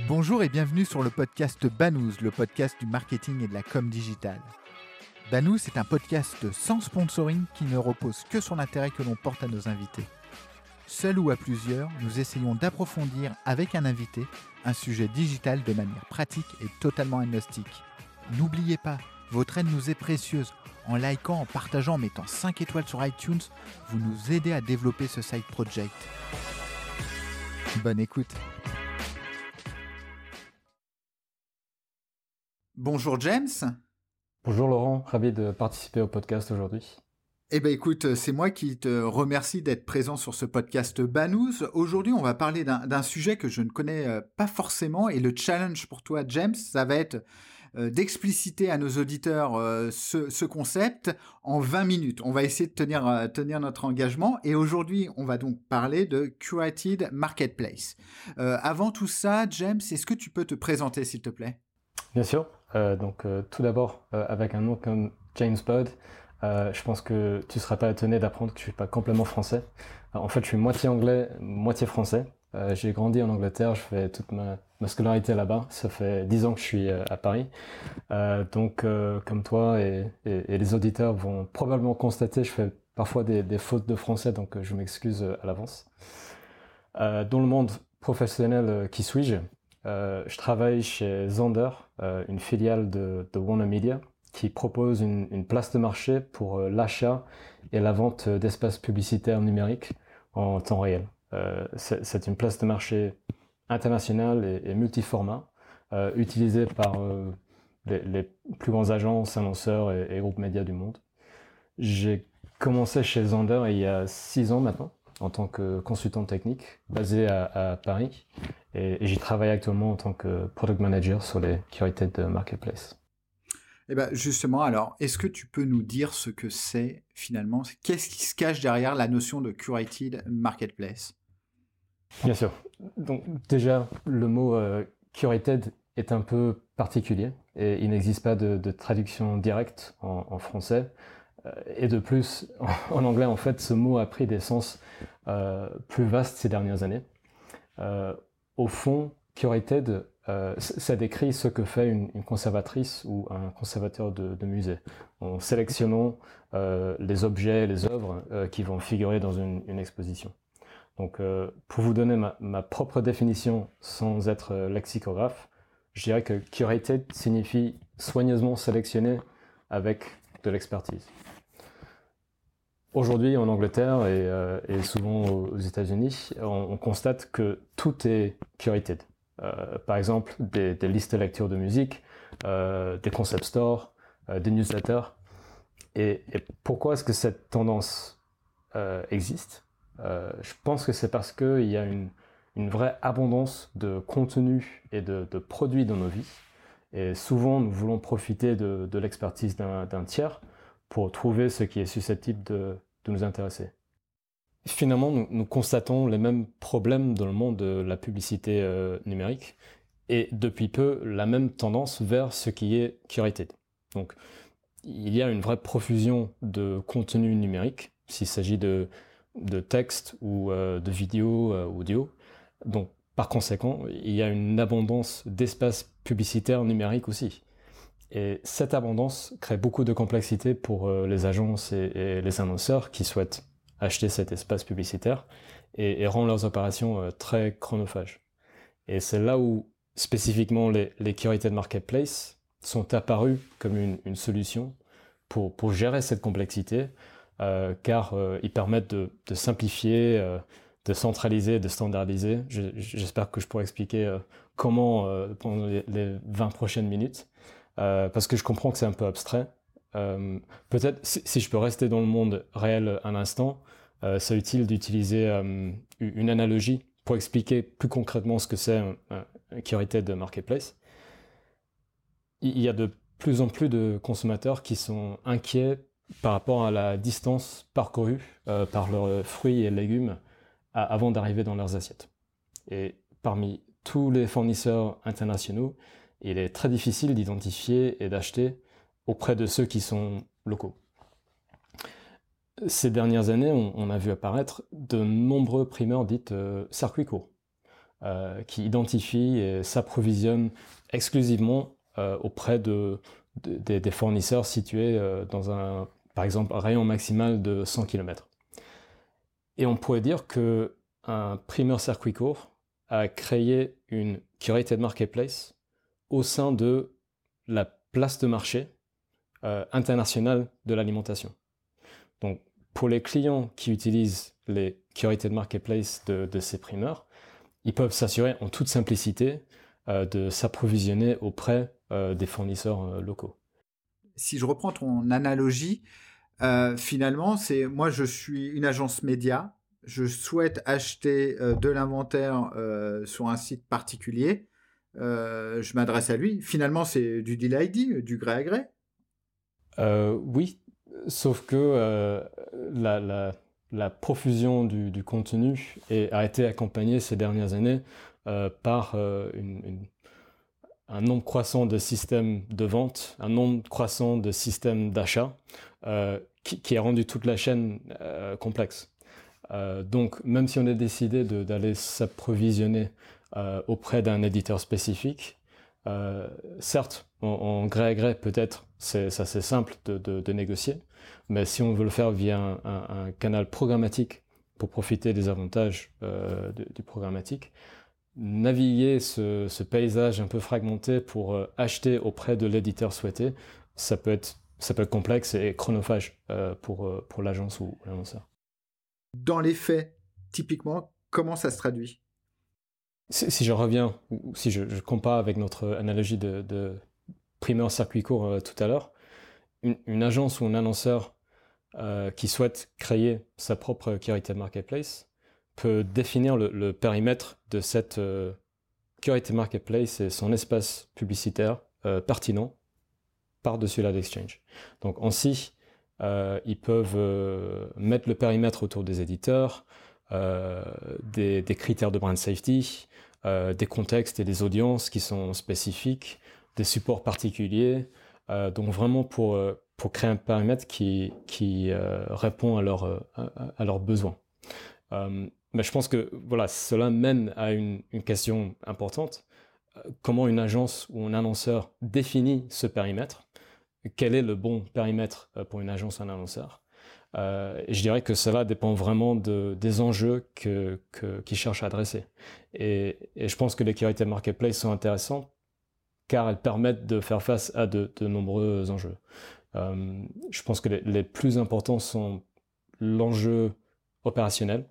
Bonjour et bienvenue sur le podcast Banous, le podcast du marketing et de la com digitale. Banous est un podcast sans sponsoring qui ne repose que sur l'intérêt que l'on porte à nos invités. Seul ou à plusieurs, nous essayons d'approfondir avec un invité un sujet digital de manière pratique et totalement agnostique. N'oubliez pas, votre aide nous est précieuse. En likant, en partageant, en mettant 5 étoiles sur iTunes, vous nous aidez à développer ce side project. Bonne écoute. Bonjour James. Bonjour Laurent, ravi de participer au podcast aujourd'hui. Eh bien écoute, c'est moi qui te remercie d'être présent sur ce podcast Banous. Aujourd'hui, on va parler d'un sujet que je ne connais pas forcément et le challenge pour toi James, ça va être d'expliciter à nos auditeurs ce concept en 20 minutes. On va essayer de tenir notre engagement et aujourd'hui, on va donc parler de Curated Marketplace. Avant tout ça, James, est-ce que tu peux te présenter s'il te plaît ? Bien sûr, tout d'abord, avec un nom comme James Budd, je pense que tu ne seras pas étonné d'apprendre que je ne suis pas complètement français. En fait, je suis moitié anglais, moitié français. J'ai grandi en Angleterre, je fais toute ma scolarité là-bas. Ça fait 10 ans que je suis à Paris. Comme toi et les auditeurs vont probablement constater, je fais parfois des fautes de français, donc je m'excuse à l'avance. Dans le monde professionnel, qui suis-je ? Je travaille chez Zander, une filiale de Warner Media, qui propose une place de marché pour l'achat et la vente d'espaces publicitaires numériques en temps réel. C'est une place de marché internationale et multiformat, utilisée par les plus grands agences, annonceurs et groupes médias du monde. J'ai commencé chez Zander il y a 6 ans maintenant, en tant que consultant technique, basé à Paris. Et j'y travaille actuellement en tant que product manager sur les Curated Marketplace. Eh ben justement, alors, est-ce que tu peux nous dire ce que c'est finalement ? Qu'est-ce qui se cache derrière la notion de Curated Marketplace ? Bien sûr. Donc déjà, le mot curated est un peu particulier et il n'existe pas de traduction directe en français. Et de plus, en anglais, en fait, ce mot a pris des sens plus vastes ces dernières années. Au fond, curated, ça décrit ce que fait une conservatrice ou un conservateur de musée, en sélectionnant les objets, les œuvres qui vont figurer dans une exposition. Donc, pour vous donner ma propre définition sans être lexicographe, je dirais que curated signifie soigneusement sélectionné avec de l'expertise. Aujourd'hui, en Angleterre et souvent aux États-Unis, on constate que tout est curated. Par exemple, des listes de lecture de musique, des concept stores, des newsletters. Et pourquoi est-ce que cette tendance existe ? Je pense que c'est parce qu'il y a une vraie abondance de contenu et de produits dans nos vies. Et souvent, nous voulons profiter de l'expertise d'un tiers pour trouver ce qui est susceptible de nous intéresser. Finalement, nous constatons les mêmes problèmes dans le monde de la publicité numérique et depuis peu, la même tendance vers ce qui est curated. Donc, il y a une vraie profusion de contenu numérique, s'il s'agit de texte ou de vidéos, audio. Donc, par conséquent, il y a une abondance d'espaces publicitaires numériques aussi. Et cette abondance crée beaucoup de complexité pour les agences et les annonceurs qui souhaitent acheter cet espace publicitaire et rend leurs opérations très chronophages. Et c'est là où, spécifiquement, les Curated Marketplace sont apparus comme une solution pour gérer cette complexité, car ils permettent de simplifier, de centraliser, de standardiser. J'espère que je pourrai expliquer comment pendant les 20 prochaines minutes. Parce que je comprends que c'est un peu abstrait. Peut-être, si je peux rester dans le monde réel un instant, c'est utile d'utiliser une analogie pour expliquer plus concrètement ce que c'est un curated marketplace. Il y a de plus en plus de consommateurs qui sont inquiets par rapport à la distance parcourue par leurs fruits et légumes avant d'arriver dans leurs assiettes. Et parmi tous les fournisseurs internationaux, il est très difficile d'identifier et d'acheter auprès de ceux qui sont locaux. Ces dernières années, on a vu apparaître de nombreux primeurs dites circuits courts. qui identifie et s'approvisionne exclusivement auprès des fournisseurs situés dans un, par exemple, un rayon maximal de 100 km. Et on pourrait dire qu'un primeur circuit court a créé une curated marketplace au sein de la place de marché internationale de l'alimentation. Donc, pour les clients qui utilisent les curated marketplace de ces primeurs, ils peuvent s'assurer en toute simplicité de s'approvisionner auprès des fournisseurs locaux. Si je reprends ton analogie, finalement, moi je suis une agence média, je souhaite acheter de l'inventaire sur un site particulier, je m'adresse à lui. Finalement, c'est du deal ID, du gré à gré. Oui, sauf que la profusion du contenu a été accompagnée ces dernières années par un nombre croissant de systèmes de vente, un nombre croissant de systèmes d'achat qui a rendu toute la chaîne complexe. Donc, même si on a décidé d'aller s'approvisionner auprès d'un éditeur spécifique, certes, en gré à gré, peut-être, c'est assez simple de négocier, mais si on veut le faire via un canal programmatique pour profiter des avantages du programmatique, naviguer ce paysage un peu fragmenté pour acheter auprès de l'éditeur souhaité, ça peut être complexe et chronophage pour l'agence ou l'annonceur. Dans les faits, typiquement, comment ça se traduit ? Si je reviens, ou si je compare avec notre analogie de primeur circuit court tout à l'heure, une agence ou un annonceur qui souhaite créer sa propre curated marketplace peut définir le périmètre de cette curated marketplace et son espace publicitaire pertinent par-dessus l'AdExchange. Donc ainsi, ils peuvent mettre le périmètre autour des éditeurs, des critères de brand safety, des contextes et des audiences qui sont spécifiques, des supports particuliers, donc vraiment pour créer un périmètre qui répond à leurs besoins. Mais je pense que voilà, cela mène à une question importante. Comment une agence ou un annonceur définit ce périmètre ? Quel est le bon périmètre pour une agence ou un annonceur ? Et je dirais que cela dépend vraiment des enjeux qu'ils cherchent à adresser. Et je pense que les curated marketplaces sont intéressantes car elles permettent de faire face à de nombreux enjeux. Je pense que les plus importants sont l'enjeu opérationnel,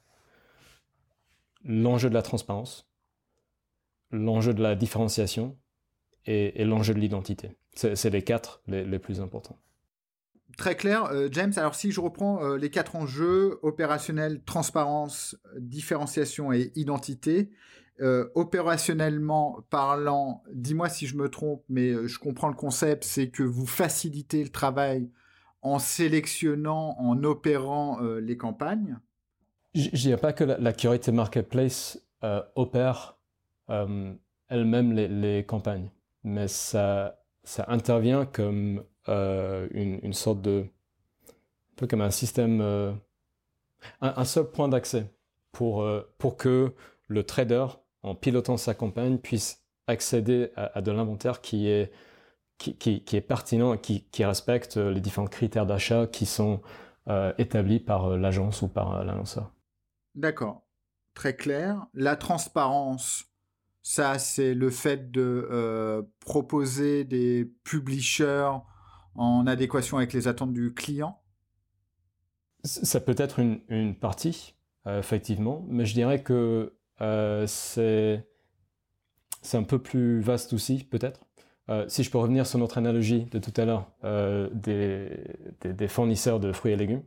l'enjeu de la transparence, l'enjeu de la différenciation et l'enjeu de l'identité. C'est les 4 les plus importants. Très clair, James. Alors si je reprends les 4 enjeux, opérationnel, transparence, différenciation et identité, opérationnellement parlant, dis-moi si je me trompe, mais je comprends le concept, c'est que vous facilitez le travail en sélectionnant, en opérant les campagnes. Je ne dirais pas que la curated marketplace opère elle-même les campagnes, mais ça intervient comme une sorte de... un peu comme un système... un seul point d'accès pour que le trader, en pilotant sa campagne, puisse accéder à de l'inventaire qui est pertinent et qui respecte les différents critères d'achat qui sont établis par l'agence ou par l'annonceur. D'accord, très clair. La transparence, ça c'est le fait de proposer des publishers en adéquation avec les attentes du client. Ça peut être une partie, effectivement, mais je dirais que c'est un peu plus vaste aussi, peut-être. Si je peux revenir sur notre analogie de tout à l'heure des fournisseurs de fruits et légumes,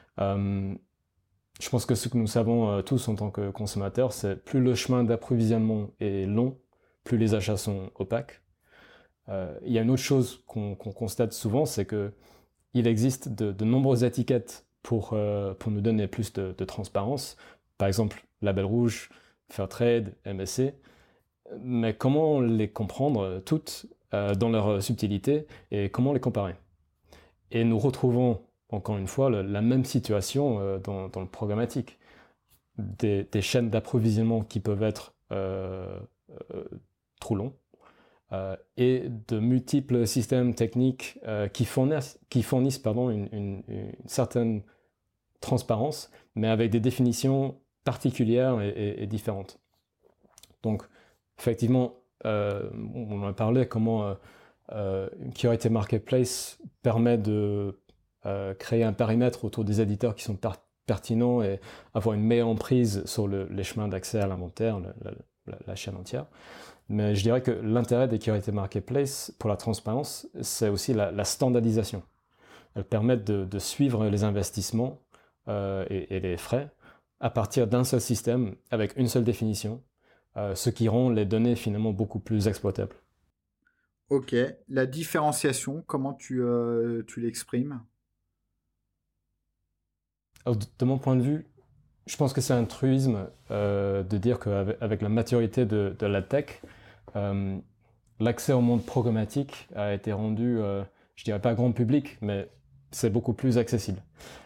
je pense que ce que nous savons tous en tant que consommateurs, c'est plus le chemin d'approvisionnement est long, plus les achats sont opaques. Il y a une autre chose qu'on constate souvent, c'est qu'il existe de nombreuses étiquettes pour nous donner plus de transparence. Par exemple, label rouge, Fairtrade, MSC. Mais comment les comprendre toutes dans leur subtilité et comment les comparer ? Et nous retrouvons encore une fois la même situation dans le programmatique. Des chaînes d'approvisionnement qui peuvent être trop longs, et de multiples systèmes techniques qui fournissent une certaine transparence, mais avec des définitions particulières et différentes. Donc, effectivement, on a parlé comment une Curated Marketplace permet de créer un périmètre autour des éditeurs qui sont pertinents et avoir une meilleure emprise sur les chemins d'accès à l'inventaire, la chaîne entière. Mais je dirais que l'intérêt des Curated Marketplace pour la transparence, c'est aussi la standardisation. Elles permettent de suivre les investissements et les frais à partir d'un seul système avec une seule définition, ce qui rend les données finalement beaucoup plus exploitables. Ok, la différenciation, comment tu l'exprimes? Alors, de mon point de vue, je pense que c'est un truisme de dire qu'avec la maturité de la tech, l'accès au monde programmatique a été rendu, je dirais pas grand public, mais c'est beaucoup plus accessible.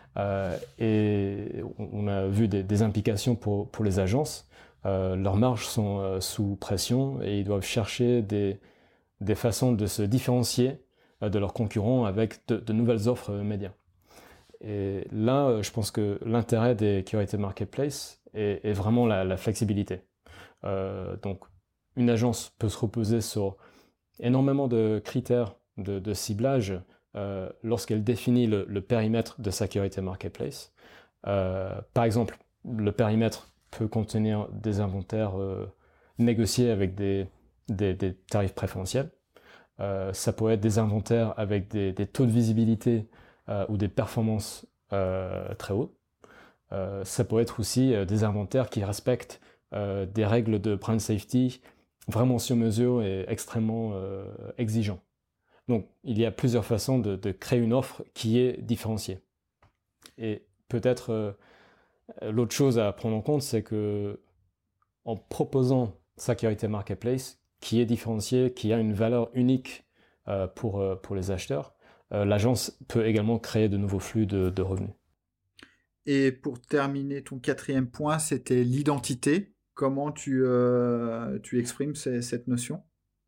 Et on a vu des implications pour les agences. Leurs marges sont sous pression et ils doivent chercher des façons de se différencier de leurs concurrents avec de nouvelles offres médias. Et là, je pense que l'intérêt des Curated Marketplace est vraiment la flexibilité. Donc, une agence peut se reposer sur énormément de critères de ciblage lorsqu'elle définit le périmètre de sa Curated Marketplace. Par exemple, le périmètre peut contenir des inventaires négociés avec des tarifs préférentiels. Ça peut être des inventaires avec des taux de visibilité ou des performances très hautes. Ça peut être aussi des inventaires qui respectent des règles de brand safety vraiment sur mesure et extrêmement exigeants. Donc, il y a plusieurs façons de créer une offre qui est différenciée. Et peut-être l'autre chose à prendre en compte, c'est que en proposant sa Curated Marketplace, qui est différenciée, qui a une valeur unique pour les acheteurs, l'agence peut également créer de nouveaux flux de revenus. Et pour terminer, ton quatrième point, c'était l'identité. Comment tu exprimes cette notion?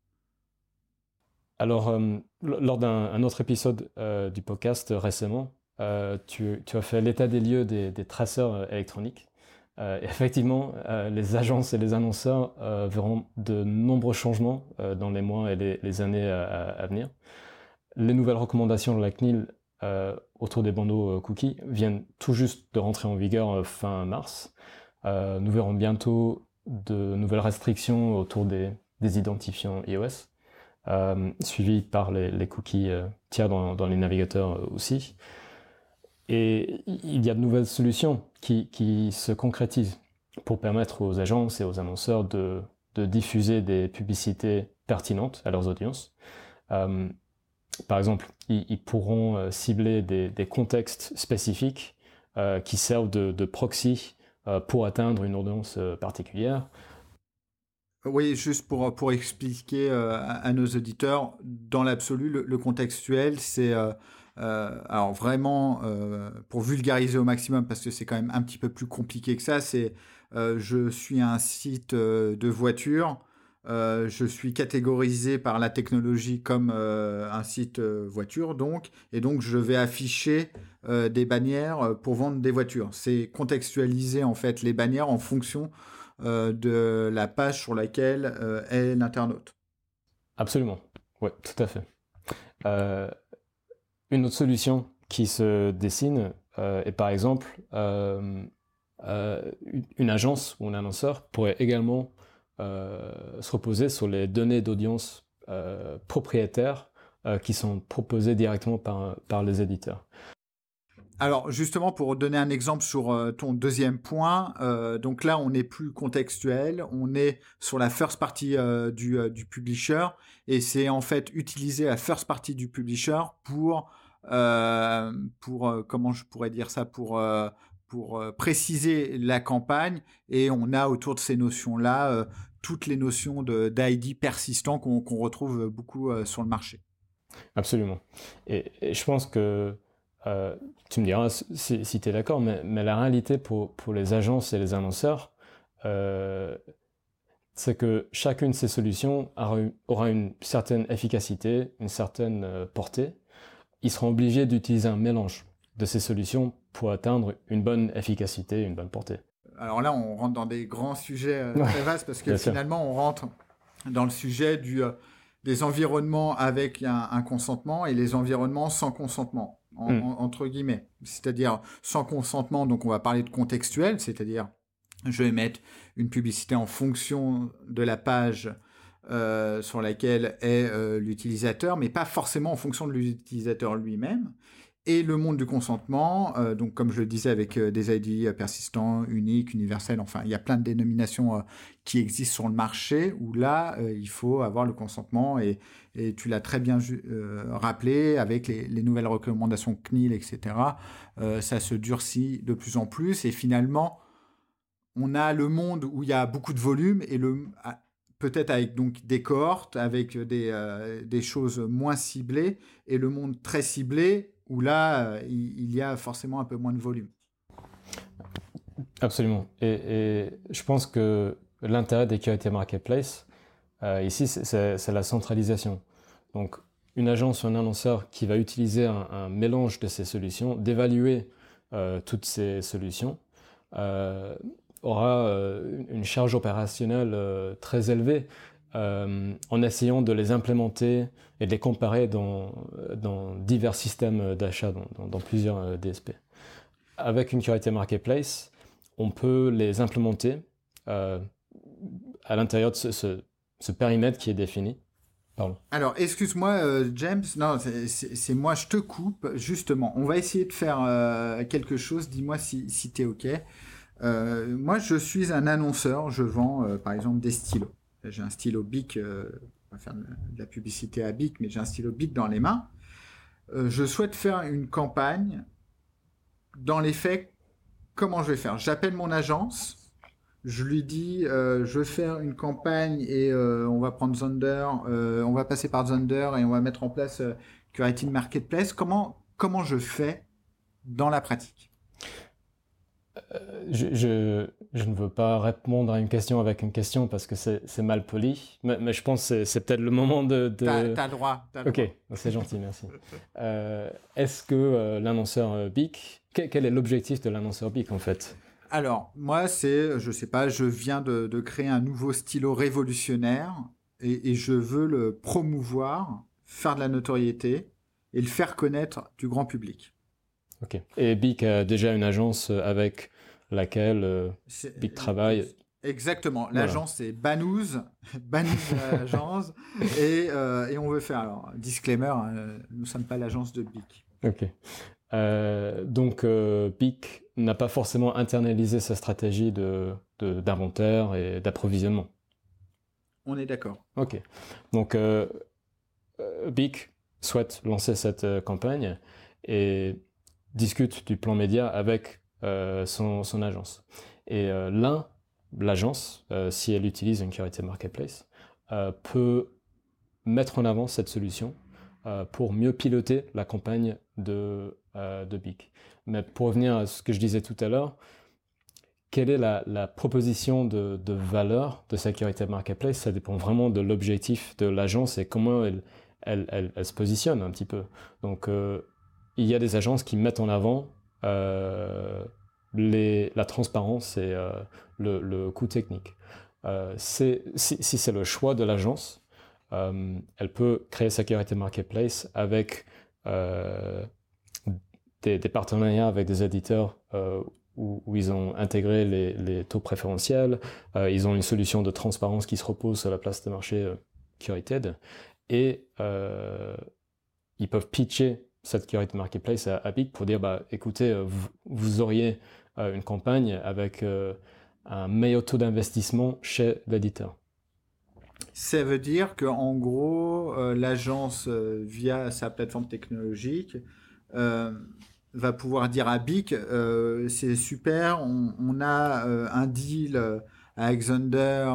Alors, lors d'un autre épisode du podcast récemment, tu as fait l'état des lieux des traceurs électroniques. Effectivement, les agences et les annonceurs verront de nombreux changements dans les mois et les années à venir. Les nouvelles recommandations de la CNIL autour des bandeaux cookies viennent tout juste de rentrer en vigueur fin mars. Nous verrons bientôt de nouvelles restrictions autour des identifiants iOS, suivies par les cookies tiers dans les navigateurs aussi. Et il y a de nouvelles solutions qui se concrétisent pour permettre aux agences et aux annonceurs de diffuser des publicités pertinentes à leurs audiences. Par exemple, ils pourront cibler des contextes spécifiques qui servent de proxy pour atteindre une audience particulière. Oui, juste pour expliquer à nos auditeurs, dans l'absolu, le contextuel, c'est alors vraiment pour vulgariser au maximum, parce que c'est quand même un petit peu plus compliqué que ça, c'est je suis un site de voiture, je suis catégorisé par la technologie comme un site voiture, donc, et donc je vais afficher des bannières pour vendre des voitures. C'est contextualiser en fait les bannières en fonction de la page sur laquelle est l'internaute. Absolument, oui, tout à fait. Une autre solution qui se dessine est par exemple une agence ou un annonceur pourrait également se reposer sur les données d'audience propriétaires qui sont proposées directement par les éditeurs. Alors justement, pour donner un exemple sur ton deuxième point, donc là on n'est plus contextuel, on est sur la first party du publisher, et c'est en fait utiliser la first party du publisher pour comment je pourrais dire ça, pour préciser la campagne, et on a autour de ces notions-là toutes les notions d'ID persistant qu'on retrouve beaucoup sur le marché. Absolument. Et je pense que tu me diras si tu es d'accord, mais la réalité pour les agences et les annonceurs, c'est que chacune de ces solutions aura une certaine efficacité, une certaine portée. Ils seront obligés d'utiliser un mélange de ces solutions pour atteindre une bonne efficacité, une bonne portée. Alors là, on rentre dans des grands sujets très vastes parce que finalement, on rentre dans le sujet des environnements avec un consentement et les environnements sans consentement, entre guillemets. C'est-à-dire sans consentement, donc on va parler de contextuel, c'est-à-dire je vais mettre une publicité en fonction de la page sur laquelle est l'utilisateur, mais pas forcément en fonction de l'utilisateur lui-même. Et le monde du consentement, donc comme je le disais avec des ID persistants, uniques, universels, enfin il y a plein de dénominations qui existent sur le marché où là il faut avoir le consentement et tu l'as très bien rappelé avec les nouvelles recommandations CNIL, etc. Ça se durcit de plus en plus et finalement on a le monde où il y a beaucoup de volume et peut-être avec donc des cohortes, avec des choses moins ciblées et le monde très ciblé où là, il y a forcément un peu moins de volume. Absolument. Et je pense que l'intérêt des curated marketplaces, ici, c'est la centralisation. Donc, une agence ou un annonceur qui va utiliser un mélange de ces solutions, d'évaluer toutes ces solutions, aura une charge opérationnelle très élevée en essayant de les implémenter et de les comparer dans divers systèmes d'achat, dans plusieurs DSP. Avec une curated marketplace, on peut les implémenter à l'intérieur de ce périmètre qui est défini. Pardon. Alors, excuse-moi, James, non, c'est moi, je te coupe, justement. On va essayer de faire quelque chose, dis-moi si tu es OK. Moi, je suis un annonceur, je vends par exemple des stylos. J'ai un stylo Bic, on va faire de la publicité à Bic, mais j'ai un stylo Bic dans les mains. Je souhaite faire une campagne. Dans les faits, comment je vais faire? J'appelle mon agence, je lui dis je vais faire une campagne et on va prendre Zander, on va passer par Zander et on va mettre en place Curated Marketplace. Comment je fais dans la pratique? Je ne veux pas répondre à une question avec une question parce que c'est mal poli, mais je pense que c'est peut-être le moment de... T'as le droit. Ok, c'est gentil, merci. Est-ce que l'annonceur BIC, quel est l'objectif de l'annonceur BIC en fait? Alors, moi, je sais pas, je viens de créer un nouveau stylo révolutionnaire et je veux le promouvoir, faire de la notoriété et le faire connaître du grand public. Ok. Et BIC a déjà une agence avec laquelle BIC travaille. Exactement. L'agence, c'est Banous l'agence. Et on veut faire, alors, disclaimer, nous ne sommes pas l'agence de BIC. Ok. Donc, BIC n'a pas forcément internalisé sa stratégie d'inventaire et d'approvisionnement. On est d'accord. Ok. Donc, BIC souhaite lancer cette campagne et discute du plan média avec son agence. Et l'agence, si elle utilise une curated marketplace, peut mettre en avant cette solution pour mieux piloter la campagne de BIC. Mais pour revenir à ce que je disais tout à l'heure, quelle est la proposition de valeur de cette curated marketplace? Ça dépend vraiment de l'objectif de l'agence et comment elle se positionne un petit peu. Donc, il y a des agences qui mettent en avant la transparence et le coût technique. Si c'est le choix de l'agence, elle peut créer sa curated marketplace avec des partenariats avec des éditeurs où ils ont intégré les taux préférentiels, ils ont une solution de transparence qui se repose sur la place de marché curated, et ils peuvent pitcher cette curated marketplace à BIC pour dire écoutez, vous auriez une campagne avec un meilleur taux d'investissement chez l'éditeur. Ça veut dire qu'en gros, l'agence, via sa plateforme technologique, va pouvoir dire à BIC, c'est super, on a un deal avec Zander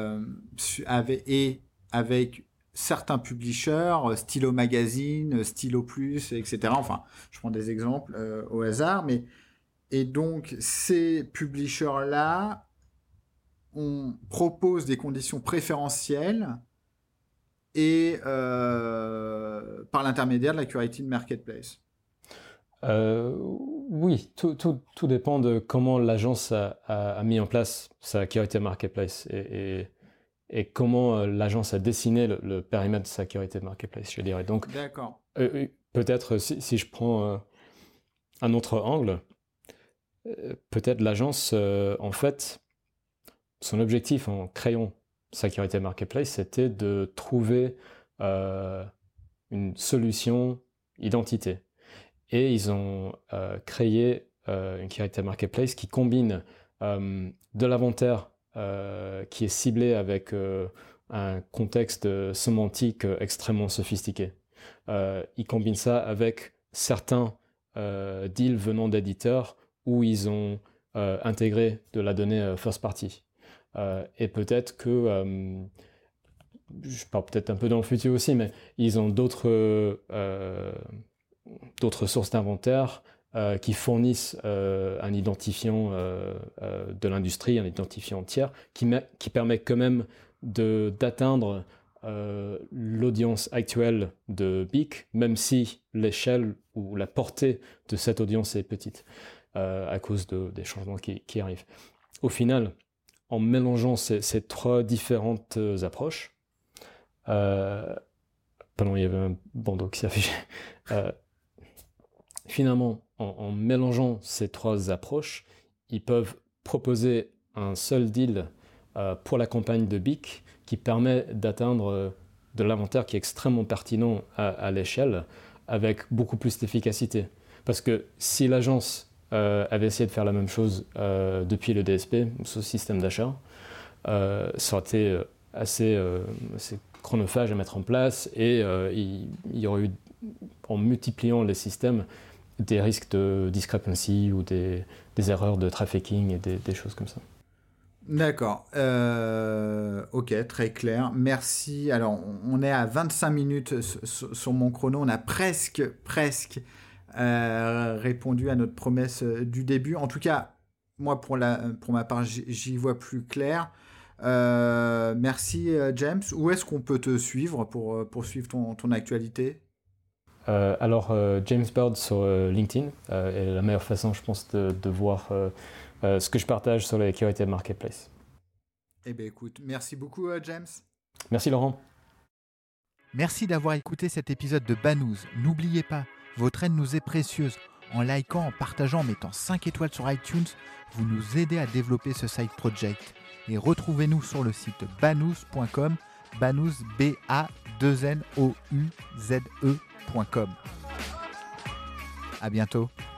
avec certains publishers, Stylo Magazine, Stylo Plus, etc. Enfin, je prends des exemples au hasard, et donc ces publishers-là on propose des conditions préférentielles et par l'intermédiaire de la Curated Marketplace. Oui, tout dépend de comment l'agence a mis en place sa Curated Marketplace et comment l'agence a dessiné le périmètre de sa Curated Marketplace, je dirais. Donc, d'accord. Peut-être si je prends un autre angle, peut-être l'agence, en fait, son objectif en créant sa Curated Marketplace, c'était de trouver une solution identité. Et ils ont créé une Curated Marketplace qui combine de l'inventaire qui est ciblé avec un contexte sémantique extrêmement sophistiqué. Ils combinent ça avec certains deals venant d'éditeurs où ils ont intégré de la donnée first party. Et peut-être que je parle peut-être un peu dans le futur aussi, mais ils ont d'autres sources d'inventaire qui fournissent un identifiant de l'industrie, un identifiant tiers, qui permet quand même d'atteindre l'audience actuelle de BIC, même si l'échelle ou la portée de cette audience est petite, à cause des changements qui arrivent. Au final, en mélangeant ces trois différentes approches, pardon, il y avait un bandeau qui s'affichait. Finalement, en mélangeant ces trois approches, ils peuvent proposer un seul deal pour la campagne de BIC qui permet d'atteindre de l'inventaire qui est extrêmement pertinent à l'échelle avec beaucoup plus d'efficacité. Parce que si l'agence avait essayé de faire la même chose depuis le DSP, ce système d'achat, ça aurait été assez chronophage à mettre en place et il y aurait eu, en multipliant les systèmes, des risques de discrepancy ou des erreurs de trafficking et des choses comme ça. D'accord. Ok, très clair. Merci. Alors, on est à 25 minutes sur mon chrono. On a presque répondu à notre promesse du début. En tout cas, moi, pour ma part, j'y vois plus clair. Merci, James. Où est-ce qu'on peut te suivre pour suivre ton actualité ? Alors, James Bird sur LinkedIn est la meilleure façon, je pense, de voir ce que je partage sur les Curated Marketplace. Eh bien, écoute, merci beaucoup, James. Merci, Laurent. Merci d'avoir écouté cet épisode de Banous. N'oubliez pas, votre aide nous est précieuse. En likant, en partageant, en mettant 5 étoiles sur iTunes, vous nous aidez à développer ce side project. Et retrouvez-nous sur le site banous.com, banous, B-A-2-N-O-U-Z-E.com. À bientôt.